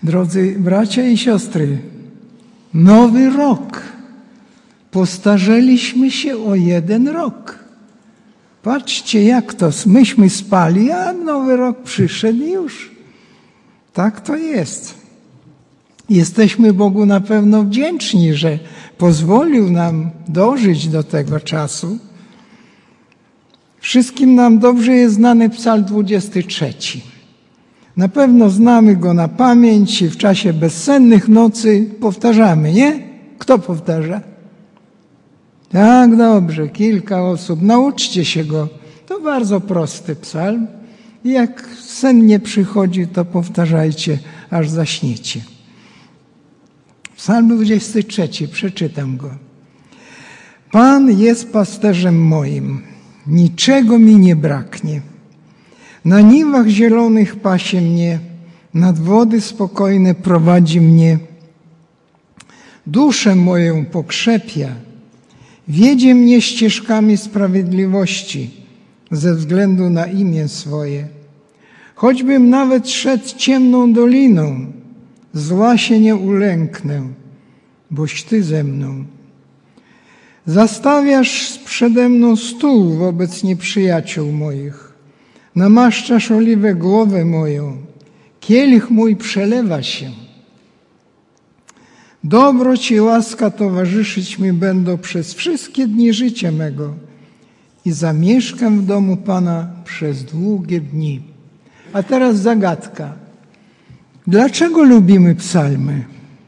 Drodzy bracia i siostry, nowy rok. Postarzeliśmy się o 1 rok. Patrzcie, jak to. Myśmy spali, a nowy rok przyszedł i już. Tak to jest. Jesteśmy Bogu na pewno wdzięczni, że pozwolił nam dożyć do tego czasu. Wszystkim nam dobrze jest znany Psalm 23. Na pewno znamy go na pamięć i w czasie bezsennych nocy powtarzamy, nie? Kto powtarza? Tak, dobrze, kilka osób. Nauczcie się go. To bardzo prosty psalm. I jak sen nie przychodzi, to powtarzajcie, aż zaśniecie. Psalm 23, przeczytam go. Pan jest pasterzem moim, niczego mi nie braknie. Na niwach zielonych pasie mnie, nad wody spokojne prowadzi mnie. Duszę moją pokrzepia, wiedzie mnie ścieżkami sprawiedliwości ze względu na imię swoje. Choćbym nawet szedł ciemną doliną, zła się nie ulęknę, boś Ty ze mną. Zastawiasz przede mną stół wobec nieprzyjaciół moich. Namaszczasz oliwę głowę moją. Kielich mój przelewa się. Dobroć i łaska towarzyszyć mi będą przez wszystkie dni życia mego i zamieszkam w domu Pana przez długie dni. A teraz zagadka. Dlaczego lubimy psalmy?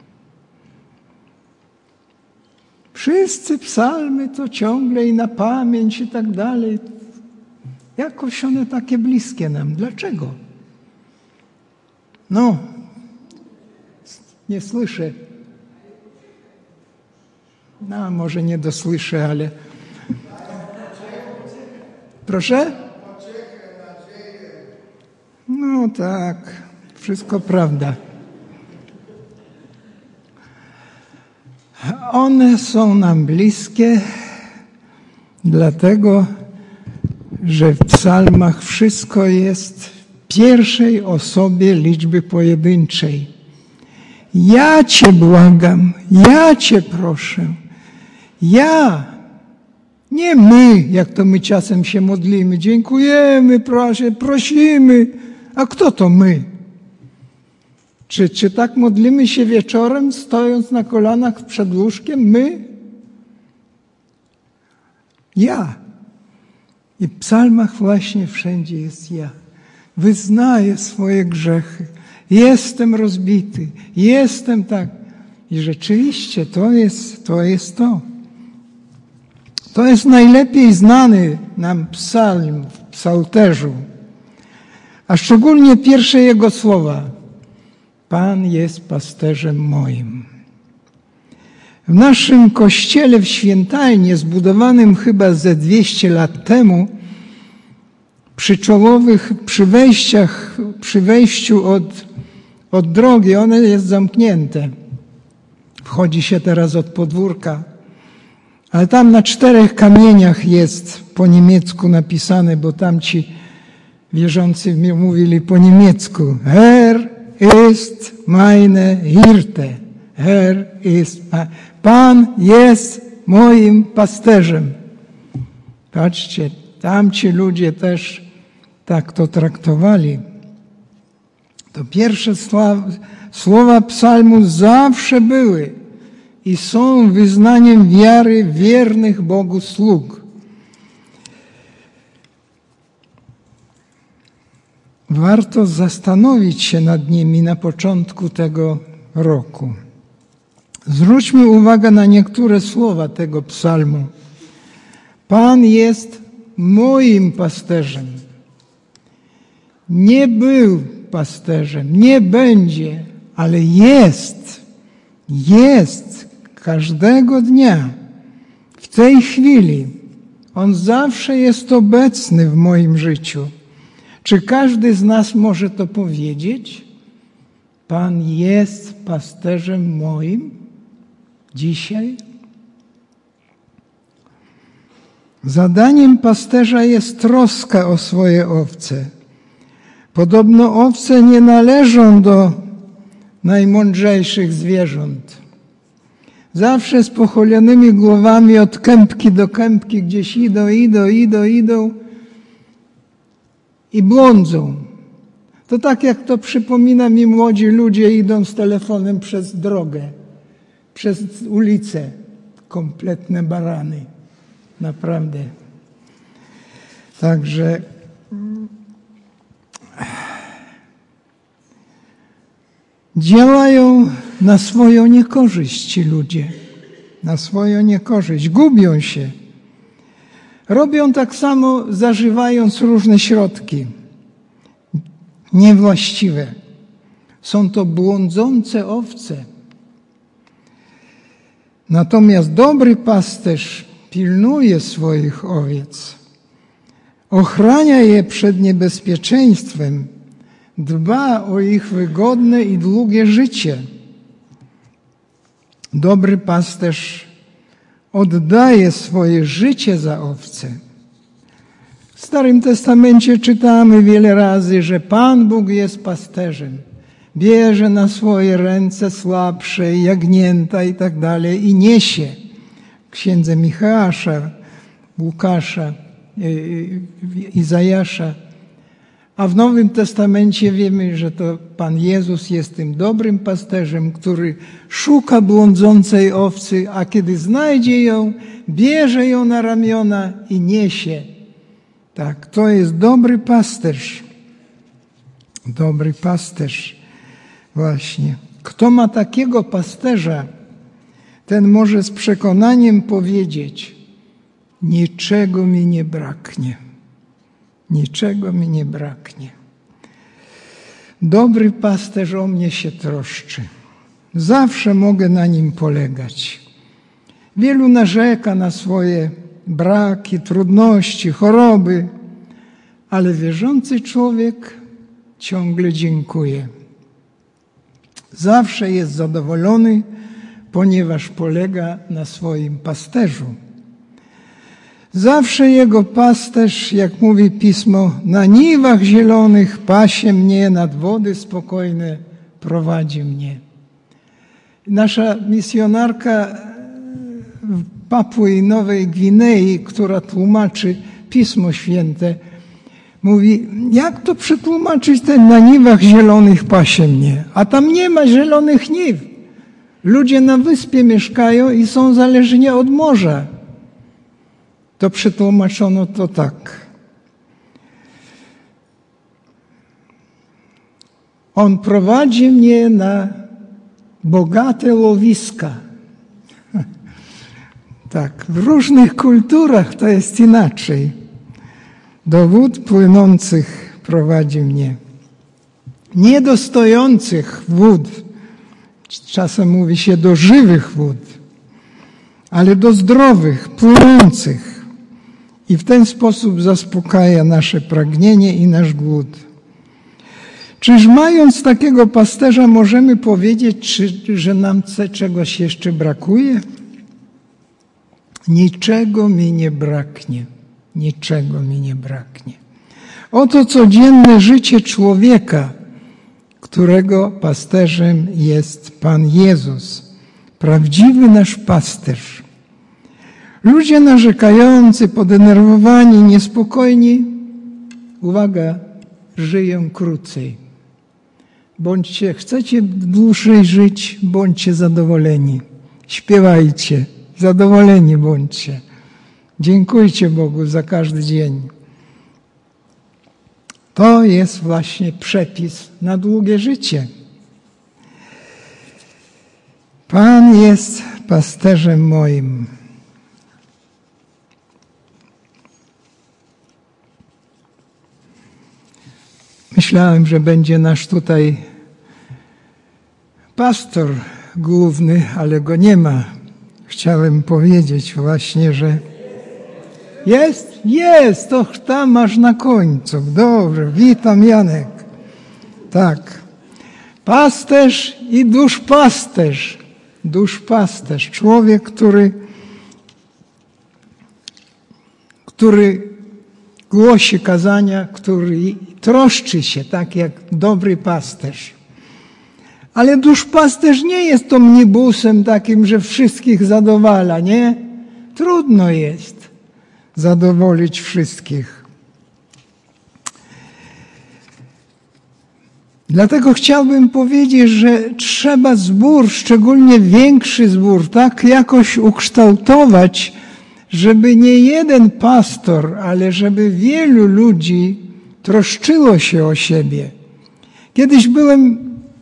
Wszyscy psalmy to ciągle i na pamięć i tak dalej. Jakoś one takie bliskie nam. Dlaczego? No, nie słyszę. No, może nie dosłyszę, ale... Proszę? No tak, wszystko prawda. One są nam bliskie, dlatego, że w psalmach wszystko jest w pierwszej osobie liczby pojedynczej. Ja Cię błagam, ja Cię proszę, ja, nie my, jak to my czasem się modlimy, dziękujemy, prosimy, a kto to my? Czy tak modlimy się wieczorem, stojąc na kolanach przed łóżkiem? My? Ja. I w psalmach właśnie wszędzie jest ja. Wyznaję swoje grzechy. Jestem rozbity. Jestem tak. I rzeczywiście to jest to. To jest najlepiej znany nam psalm w psalterzu. A szczególnie pierwsze jego słowa. Pan jest pasterzem moim. W naszym kościele w Świętajnie, zbudowanym chyba ze 200 lat temu, przy wejściu od drogi, one jest zamknięte. Wchodzi się teraz od podwórka. Ale tam na 4 kamieniach jest po niemiecku napisane, bo tam ci wierzący mówili po niemiecku. Herr ist meine Hirte. Herr ist Pan jest moim pasterzem. Patrzcie, tamci ludzie też tak to traktowali. To pierwsze słowa psalmu zawsze były i są wyznaniem wiary wiernych Bogu sług. Warto zastanowić się nad nimi na początku tego roku. Zwróćmy uwagę na niektóre słowa tego psalmu. Pan jest moim pasterzem. Nie był pasterzem, nie będzie, ale jest. Jest każdego dnia. W tej chwili. On zawsze jest obecny w moim życiu. Czy każdy z nas może to powiedzieć? Pan jest pasterzem moim dzisiaj? Zadaniem pasterza jest troska o swoje owce. Podobno owce nie należą najmądrzejszych zwierząt. Zawsze z pochylonymi głowami od kępki do kępki gdzieś idą i błądzą. To tak jak to przypomina mi młodzi ludzie idą z telefonem przez drogę, przez ulicę. Kompletne barany. Naprawdę. Także działają na swoją niekorzyść ci ludzie. Na swoją niekorzyść. Gubią się. Robią tak samo, zażywając różne środki niewłaściwe. Są to błądzące owce. Natomiast dobry pasterz pilnuje swoich owiec. Ochrania je przed niebezpieczeństwem. Dba o ich wygodne i długie życie. Dobry pasterz oddaje swoje życie za owce. W Starym Testamencie czytamy wiele razy, że Pan Bóg jest pasterzem. Bierze na swoje ręce słabsze, jagnięta i tak dalej i niesie. W księdze Micheasza, Łukasza, Izajasza. A w Nowym Testamencie wiemy, że to Pan Jezus jest tym dobrym pasterzem, który szuka błądzącej owcy, a kiedy znajdzie ją, bierze ją na ramiona i niesie. Tak, to jest dobry pasterz. Dobry pasterz. Właśnie. Kto ma takiego pasterza, ten może z przekonaniem powiedzieć: niczego mi nie braknie. Niczego mi nie braknie. Dobry pasterz o mnie się troszczy. Zawsze mogę na nim polegać. Wielu narzeka na swoje braki, trudności, choroby, ale wierzący człowiek ciągle dziękuje. Zawsze jest zadowolony, ponieważ polega na swoim pasterzu. Zawsze jego pasterz, jak mówi Pismo, na niwach zielonych pasie mnie, nad wody spokojne prowadzi mnie. Nasza misjonarka w Papui Nowej Gwinei, która tłumaczy Pismo Święte, mówi, jak to przetłumaczyć ten na niwach zielonych pasie mnie? A tam nie ma zielonych niw. Ludzie na wyspie mieszkają i są zależni od morza. To przetłumaczono to tak. On prowadzi mnie na bogate łowiska. Tak, w różnych kulturach to jest inaczej. Do wód płynących prowadzi mnie. Nie do stojących wód. Czasem mówi się do żywych wód, ale do zdrowych, płynących. I w ten sposób zaspokaja nasze pragnienie i nasz głód. Czyż mając takiego pasterza możemy powiedzieć, że nam czegoś jeszcze brakuje? Niczego mi nie braknie. Niczego mi nie braknie. Oto codzienne życie człowieka, którego pasterzem jest Pan Jezus. Prawdziwy nasz pasterz. Ludzie narzekający, podenerwowani, niespokojni, uwaga, żyją krócej. Chcecie dłużej żyć, bądźcie zadowoleni. Śpiewajcie, zadowoleni bądźcie. Dziękujcie Bogu za każdy dzień. To jest właśnie przepis na długie życie. Pan jest pasterzem moim. Myślałem, że będzie nasz tutaj pastor główny, ale go nie ma. Chciałem powiedzieć właśnie, że jest, to tam masz na końcu. Dobrze, witam Janek. Tak. Pasterz i duszpasterz. Duszpasterz, człowiek, który głosi kazania, który troszczy się, tak jak dobry pasterz. Ale duszpasterz nie jest omnibusem takim, że wszystkich zadowala, nie? Trudno jest zadowolić wszystkich. Dlatego chciałbym powiedzieć, że trzeba zbór, szczególnie większy zbór, tak jakoś ukształtować, żeby nie jeden pastor, ale żeby wielu ludzi troszczyło się o siebie. Kiedyś byłem,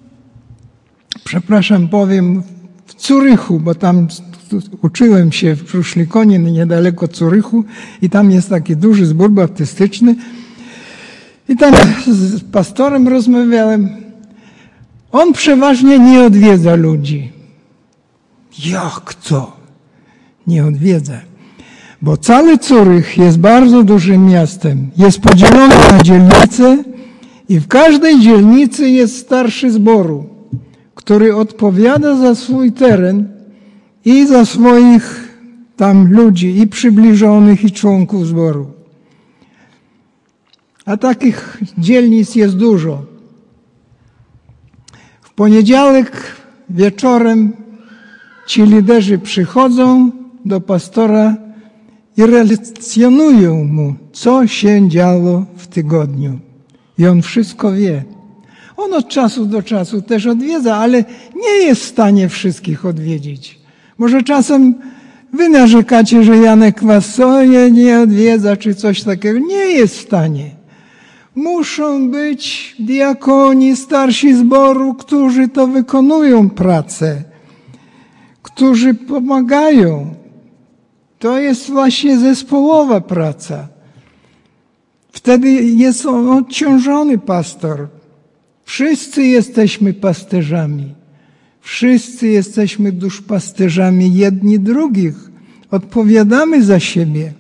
powiem, w Zurychu, bo tam uczyłem się w Ruszlikonie, niedaleko Zurychu i tam jest taki duży zbór baptystyczny. I tam z pastorem rozmawiałem. On przeważnie nie odwiedza ludzi. Jak to? Nie odwiedza. Bo cały Zurych jest bardzo dużym miastem. Jest podzielony na dzielnice i w każdej dzielnicy jest starszy zboru, który odpowiada za swój teren i za swoich tam ludzi, i przybliżonych, i członków zboru. A takich dzielnic jest dużo. W poniedziałek wieczorem ci liderzy przychodzą do pastora i relacjonują mu, co się działo w tygodniu. I on wszystko wie. On od czasu do czasu też odwiedza, ale nie jest w stanie wszystkich odwiedzić. Może czasem wy narzekacie, że Janek was nie odwiedza, czy coś takiego. Nie jest w stanie. Muszą być diakoni, starsi zboru, którzy to wykonują pracę, którzy pomagają. To jest właśnie zespołowa praca. Wtedy jest on odciążony pastor. Wszyscy jesteśmy pasterzami. Wszyscy jesteśmy duszpasterzami jedni drugich. Odpowiadamy za siebie.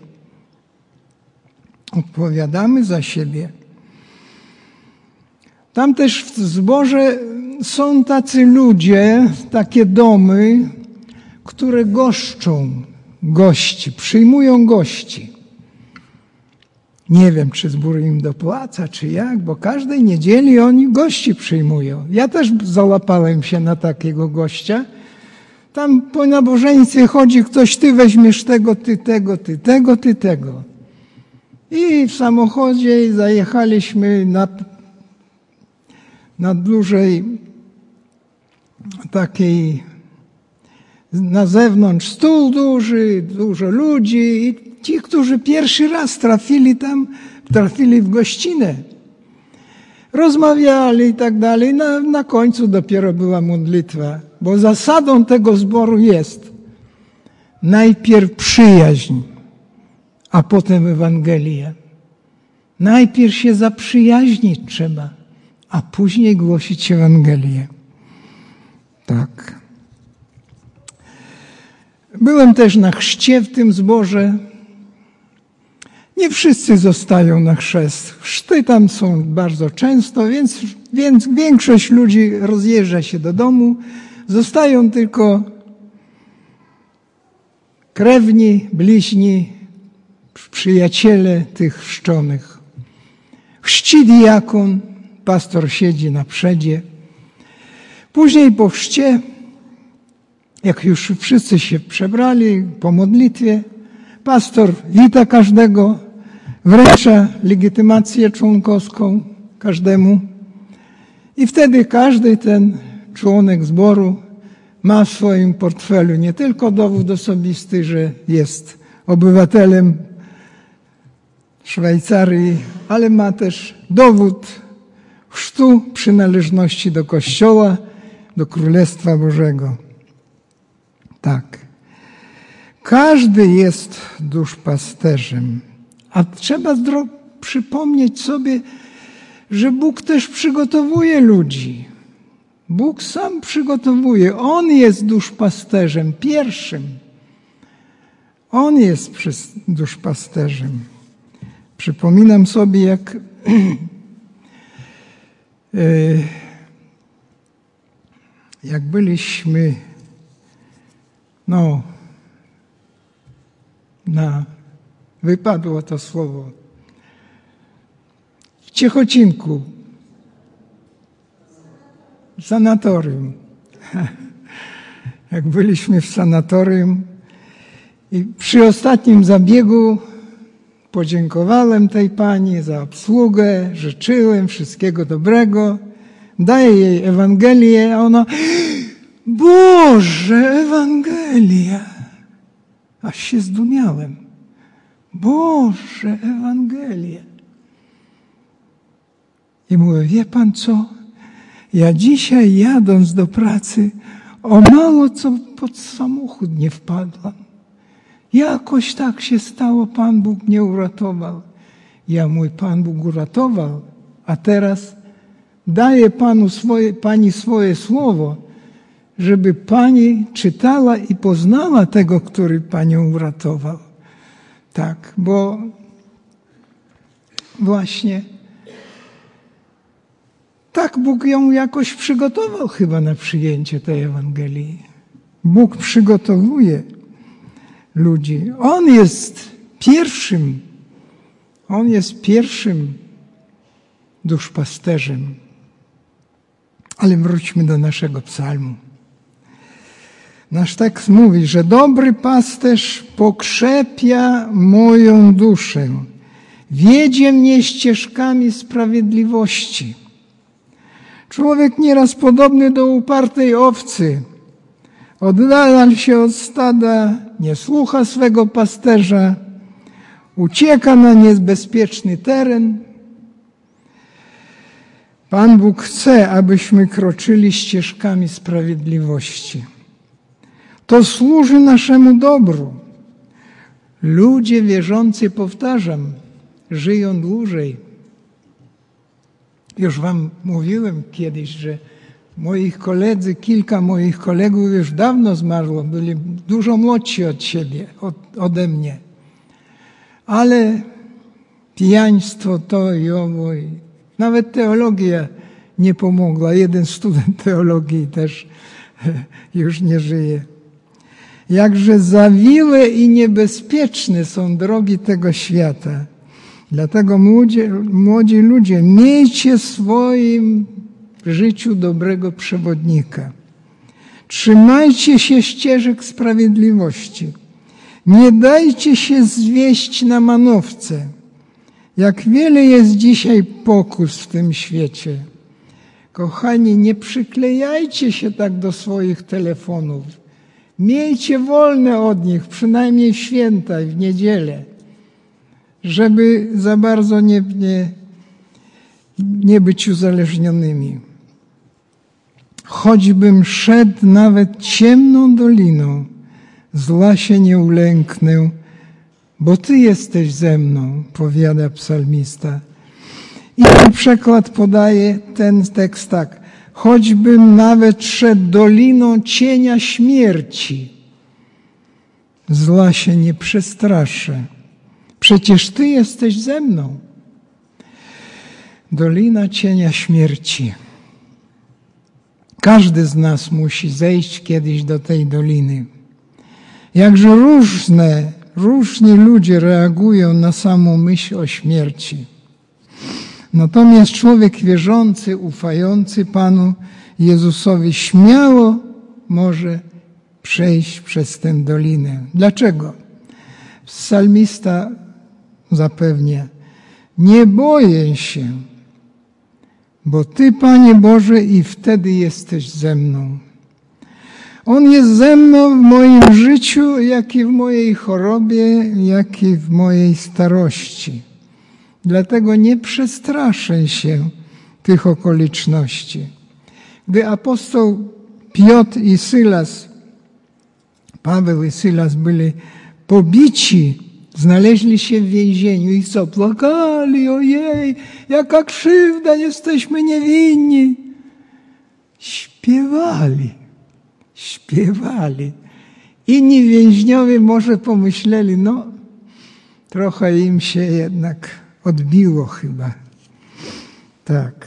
Odpowiadamy za siebie. Tam też w zborze są tacy ludzie, takie domy, które goszczą gości, przyjmują gości. Nie wiem, czy zbór im dopłaca, czy jak, bo każdej niedzieli oni gości przyjmują. Ja też załapałem się na takiego gościa. Tam po nabożeństwie chodzi ktoś, ty weźmiesz tego, ty tego, ty tego, ty tego. I w samochodzie zajechaliśmy na dużej takiej, na zewnątrz stół duży, dużo ludzi i ci, którzy pierwszy raz trafili w gościnę. Rozmawiali i tak dalej. Na końcu dopiero była modlitwa, bo zasadą tego zboru jest najpierw przyjaźń, a potem Ewangelia. Najpierw się zaprzyjaźnić trzeba, a później głosić Ewangelię. Tak. Byłem też na chrzcie w tym zborze. Nie wszyscy zostają na chrzest. Chrzty tam są bardzo często, więc większość ludzi rozjeżdża się do domu. Zostają tylko krewni, bliźni, przyjaciele tych chrzczonych. Chrzci diakon, pastor siedzi na przodzie. Później po chrzcie, jak już wszyscy się przebrali po modlitwie, pastor wita każdego, wręcza legitymację członkowską każdemu i wtedy każdy ten członek zboru ma w swoim portfelu nie tylko dowód osobisty, że jest obywatelem Szwajcarii, ale ma też dowód chrztu przynależności do Kościoła, do Królestwa Bożego. Tak. Każdy jest duszpasterzem, a trzeba przypomnieć sobie, że Bóg też przygotowuje ludzi. Bóg sam przygotowuje. On jest duszpasterzem pierwszym. On jest duszpasterzem. Przypominam sobie, jak byliśmy wypadło to słowo, w Ciechocinku. Sanatorium. Jak byliśmy w sanatorium i przy ostatnim zabiegu podziękowałem tej pani za obsługę, życzyłem wszystkiego dobrego, daję jej Ewangelię, a ona: Boże, Ewangelia! Aż się zdumiałem. Boże, Ewangelia! I mówię: wie pan co? Ja dzisiaj, jadąc do pracy, o mało co pod samochód nie wpadłam. Jakoś tak się stało, Pan Bóg mnie uratował. Ja mój Pan Bóg uratował, a teraz daję pani swoje słowo, żeby pani czytała i poznała tego, który panią uratował. Tak, bo właśnie tak Bóg ją jakoś przygotował chyba na przyjęcie tej Ewangelii. Bóg przygotowuje ludzi. On jest pierwszym duszpasterzem. Ale wróćmy do naszego psalmu. Nasz tekst mówi, że dobry pasterz pokrzepia moją duszę, wiedzie mnie ścieżkami sprawiedliwości. Człowiek nieraz podobny do upartej owcy, oddala się od stada, nie słucha swego pasterza, ucieka na niebezpieczny teren. Pan Bóg chce, abyśmy kroczyli ścieżkami sprawiedliwości. To służy naszemu dobru. Ludzie wierzący, powtarzam, żyją dłużej. Już wam mówiłem kiedyś, że kilka moich kolegów już dawno zmarło, byli dużo młodsi od siebie, ode mnie. Ale pijaństwo to i owo, i nawet teologia nie pomogła. Jeden student teologii też już nie żyje. Jakże zawiłe i niebezpieczne są drogi tego świata. Dlatego młodzi ludzie, miejcie w swoim życiu dobrego przewodnika. Trzymajcie się ścieżek sprawiedliwości. Nie dajcie się zwieść na manowce. Jak wiele jest dzisiaj pokus w tym świecie. Kochani, nie przyklejajcie się tak do swoich telefonów. Miejcie wolne od nich, przynajmniej w święta i w niedzielę, żeby za bardzo nie być uzależnionymi. Choćbym szedł nawet ciemną doliną, zła się nie ulęknę, bo Ty jesteś ze mną, powiada psalmista. I przekład podaje ten tekst tak: choćbym nawet szedł doliną cienia śmierci, zła się nie przestraszę. Przecież Ty jesteś ze mną. Dolina cienia śmierci. Każdy z nas musi zejść kiedyś do tej doliny. Jakże różni ludzie reagują na samą myśl o śmierci. Natomiast człowiek wierzący, ufający Panu Jezusowi śmiało może przejść przez tę dolinę. Dlaczego? Psalmista zapewnia: nie boję się, bo Ty, Panie Boże, i wtedy jesteś ze mną. On jest ze mną w moim życiu, jak i w mojej chorobie, jak i w mojej starości. Dlatego nie przestraszę się tych okoliczności. Gdy apostoł Piotr i Sylas, Paweł i Sylas byli pobici, znaleźli się w więzieniu i co? Płakali: ojej, jaka krzywda, jesteśmy niewinni. Śpiewali. Inni więźniowie może pomyśleli: no, trochę im się jednak odbiło chyba. Tak.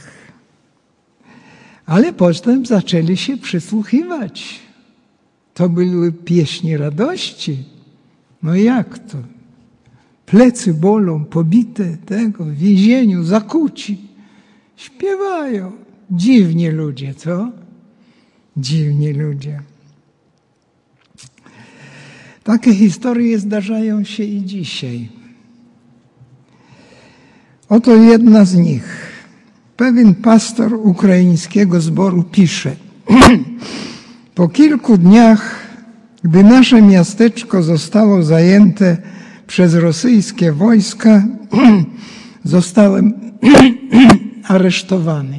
Ale potem zaczęli się przysłuchiwać. To były pieśni radości. No jak to? Plecy bolą, pobite, w więzieniu, zakuci. Śpiewają. Dziwni ludzie, co? Dziwni ludzie. Takie historie zdarzają się i dzisiaj. Oto jedna z nich. Pewien pastor ukraińskiego zboru pisze: po kilku dniach, gdy nasze miasteczko zostało zajęte przez rosyjskie wojska, zostałem aresztowany.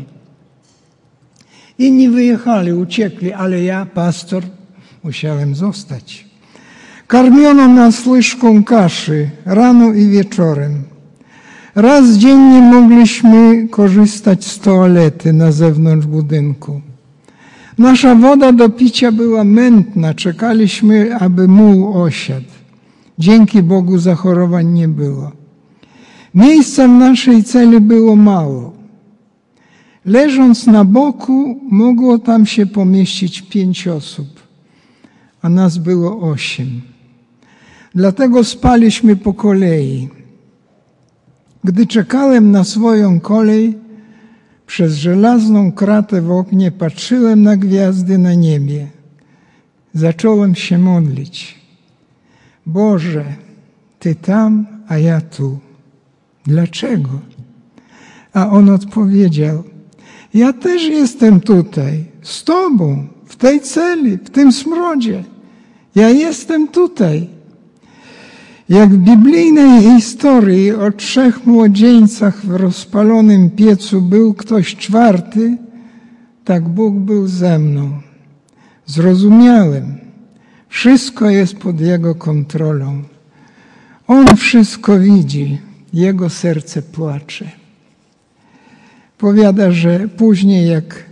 Inni wyjechali, uciekli, ale ja, pastor, musiałem zostać. Karmiono nas łyżką kaszy rano i wieczorem. Raz dziennie mogliśmy korzystać z toalety na zewnątrz budynku. Nasza woda do picia była mętna, czekaliśmy, aby muł osiadł. Dzięki Bogu zachorowań nie było. Miejsca w naszej celi było mało. Leżąc na boku, mogło tam się pomieścić 5 osób, a nas było 8. Dlatego spaliśmy po kolei. Gdy czekałem na swoją kolej, przez żelazną kratę w oknie patrzyłem na gwiazdy na niebie. Zacząłem się modlić. Boże, Ty tam, a ja tu. Dlaczego? A on odpowiedział: ja też jestem tutaj, z Tobą, w tej celi, w tym smrodzie. Ja jestem tutaj. Jak w biblijnej historii o 3 młodzieńcach w rozpalonym piecu był ktoś 4, tak Bóg był ze mną. Zrozumiałem, wszystko jest pod Jego kontrolą. On wszystko widzi, Jego serce płacze. Powiada, że później jak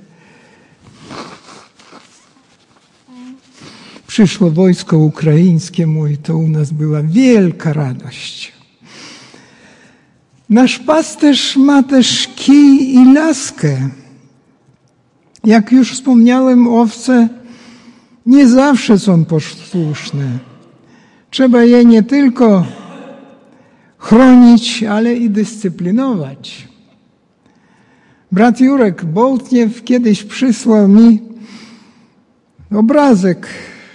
przyszło wojsko ukraińskie, mówi, to u nas była wielka radość. Nasz pasterz ma też kij i laskę. Jak już wspomniałem, owce nie zawsze są posłuszne. Trzeba je nie tylko chronić, ale i dyscyplinować. Brat Jurek Bołtniew kiedyś przysłał mi obrazek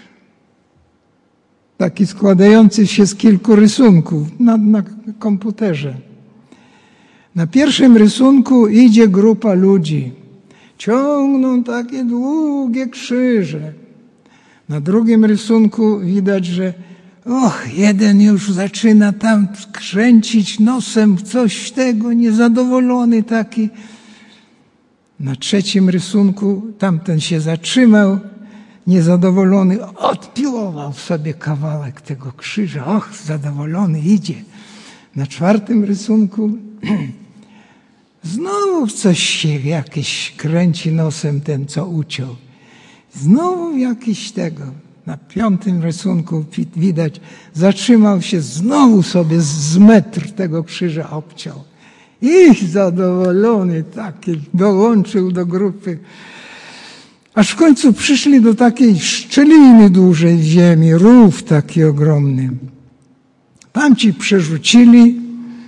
taki składający się z kilku rysunków na komputerze. Na pierwszym rysunku idzie grupa ludzi. Ciągną takie długie krzyże. Na drugim rysunku widać, że jeden już zaczyna tam kręcić nosem, coś tego, niezadowolony taki. Na trzecim rysunku tamten się zatrzymał, niezadowolony, odpiłował sobie kawałek tego krzyża. Zadowolony idzie. Na 4. rysunku znowu coś się jakieś kręci nosem ten, co uciął. Znowu jakiś tego. Na 5. rysunku widać, zatrzymał się, znowu sobie z metr tego krzyża obciął. I zadowolony taki dołączył do grupy. Aż w końcu przyszli do takiej szczeliny dużej w ziemi, rów taki ogromny. Tamci przerzucili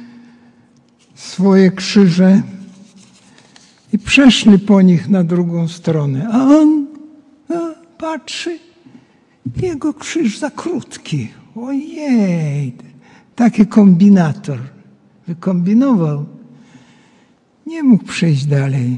swoje krzyże i przeszli po nich na drugą stronę. A on patrzy, jego krzyż za krótki. Ojej, taki kombinator wykombinował. Nie mógł przejść dalej.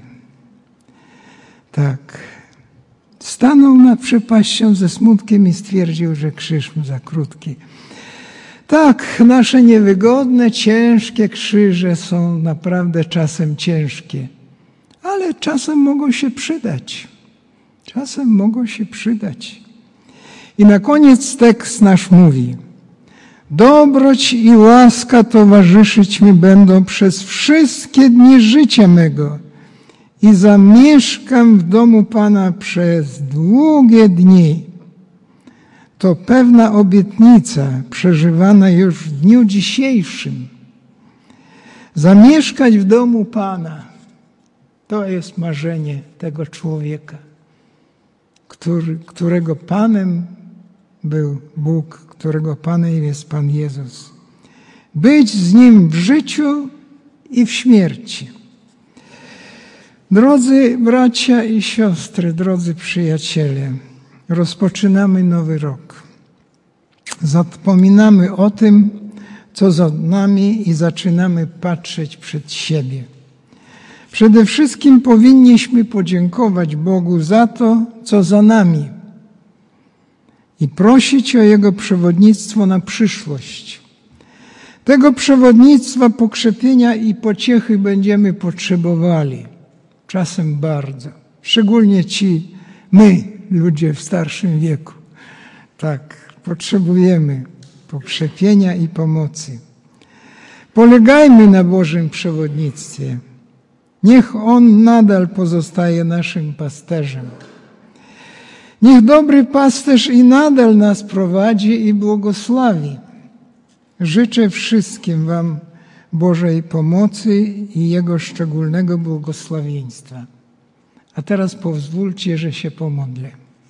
Tak. Stanął nad przepaścią ze smutkiem i stwierdził, że krzyż mu za krótki. Tak, nasze niewygodne, ciężkie krzyże są naprawdę czasem ciężkie, ale czasem mogą się przydać. Czasem mogą się przydać. I na koniec tekst nasz mówi: dobroć i łaska towarzyszyć mi będą przez wszystkie dni życia mego i zamieszkam w domu Pana przez długie dni. To pewna obietnica przeżywana już w dniu dzisiejszym. Zamieszkać w domu Pana. To jest marzenie tego człowieka, którego Panem był Bóg, którego Panem jest Pan Jezus. Być z Nim w życiu i w śmierci. Drodzy bracia i siostry, drodzy przyjaciele, rozpoczynamy nowy rok. Zapominamy o tym, co za nami i zaczynamy patrzeć przed siebie. Przede wszystkim powinniśmy podziękować Bogu za to, co za nami i prosić o Jego przewodnictwo na przyszłość. Tego przewodnictwa, pokrzepienia i pociechy będziemy potrzebowali. Czasem bardzo. Szczególnie my, ludzie w starszym wieku. Tak, potrzebujemy pokrzepienia i pomocy. Polegajmy na Bożym przewodnictwie. Niech On nadal pozostaje naszym pasterzem. Niech dobry pasterz i nadal nas prowadzi i błogosławi. Życzę wszystkim Wam Bożej pomocy i Jego szczególnego błogosławieństwa. A teraz pozwólcie, że się pomodlę.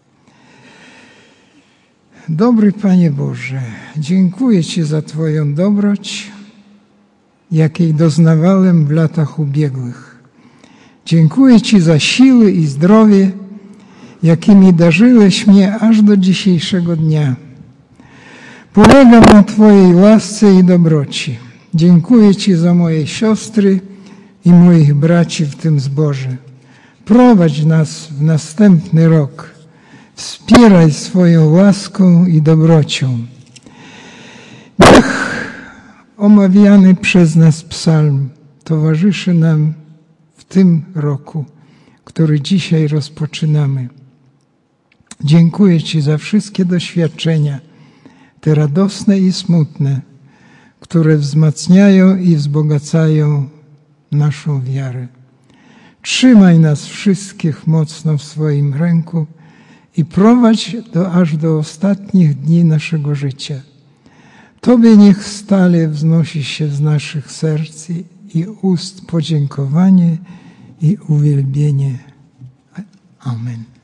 Dobry Panie Boże, dziękuję Ci za Twoją dobroć, jakiej doznawałem w latach ubiegłych. Dziękuję Ci za siły i zdrowie, jakimi darzyłeś mnie aż do dzisiejszego dnia. Polegam na Twojej łasce i dobroci. Dziękuję Ci za moje siostry i moich braci w tym zborze. Prowadź nas w następny rok. Wspieraj swoją łaską i dobrocią. Niech omawiany przez nas psalm towarzyszy nam w tym roku, który dzisiaj rozpoczynamy. Dziękuję Ci za wszystkie doświadczenia, te radosne i smutne, które wzmacniają i wzbogacają naszą wiarę. Trzymaj nas wszystkich mocno w swoim ręku i prowadź aż do ostatnich dni naszego życia. Tobie niech stale wznosi się z naszych serc i ust podziękowanie i uwielbienie. Amen.